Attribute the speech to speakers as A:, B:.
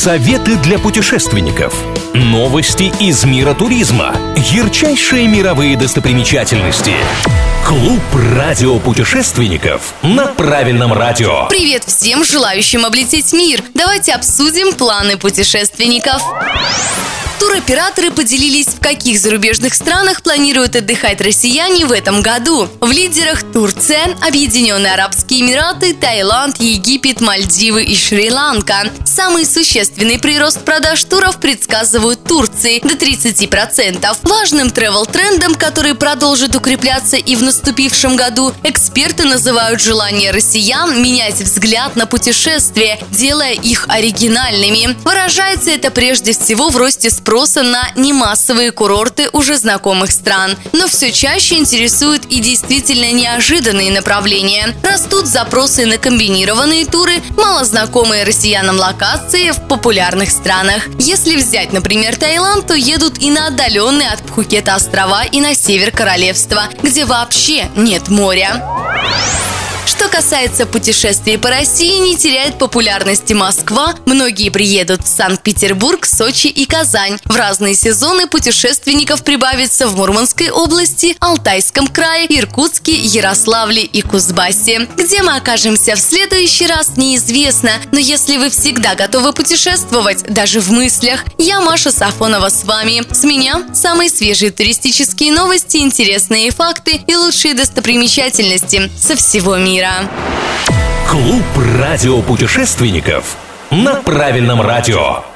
A: Советы для путешественников. Новости из мира туризма. Ярчайшие мировые достопримечательности. Клуб радиопутешественников на правильном радио.
B: Привет всем желающим облететь мир. Давайте обсудим планы путешественников. Туроператоры поделились, в каких зарубежных странах планируют отдыхать россияне в этом году. В лидерах Турция, Объединенные Арабские Эмираты, Таиланд, Египет, Мальдивы и Шри-Ланка. Самый существенный прирост продаж туров предсказывают Турции до 30%. Важным тревел-трендом, который продолжит укрепляться и в наступившем году, эксперты называют желание россиян менять взгляд на путешествия, делая их оригинальными. Выражается это прежде всего в росте спроса на немассовые курорты уже знакомых стран. Но все чаще интересуют и действительно неожиданные направления. Растут запросы на комбинированные туры, малознакомые россиянам локации в популярных странах. Если взять, например, Таиланд, то едут и на отдаленные от Пхукета острова, и на север королевства, где вообще нет моря. Что касается путешествий по России, не теряет популярности Москва. Многие приедут в Санкт-Петербург, Сочи и Казань. В разные сезоны путешественников прибавится в Мурманской области, Алтайском крае, Иркутске, Ярославле и Кузбассе. Где мы окажемся в следующий раз, неизвестно. Но если вы всегда готовы путешествовать, даже в мыслях, я, Маша Сафонова, с вами. С меня самые свежие туристические новости, интересные факты и лучшие достопримечательности со всего мира.
A: Клуб радиопутешественников на правильном радио.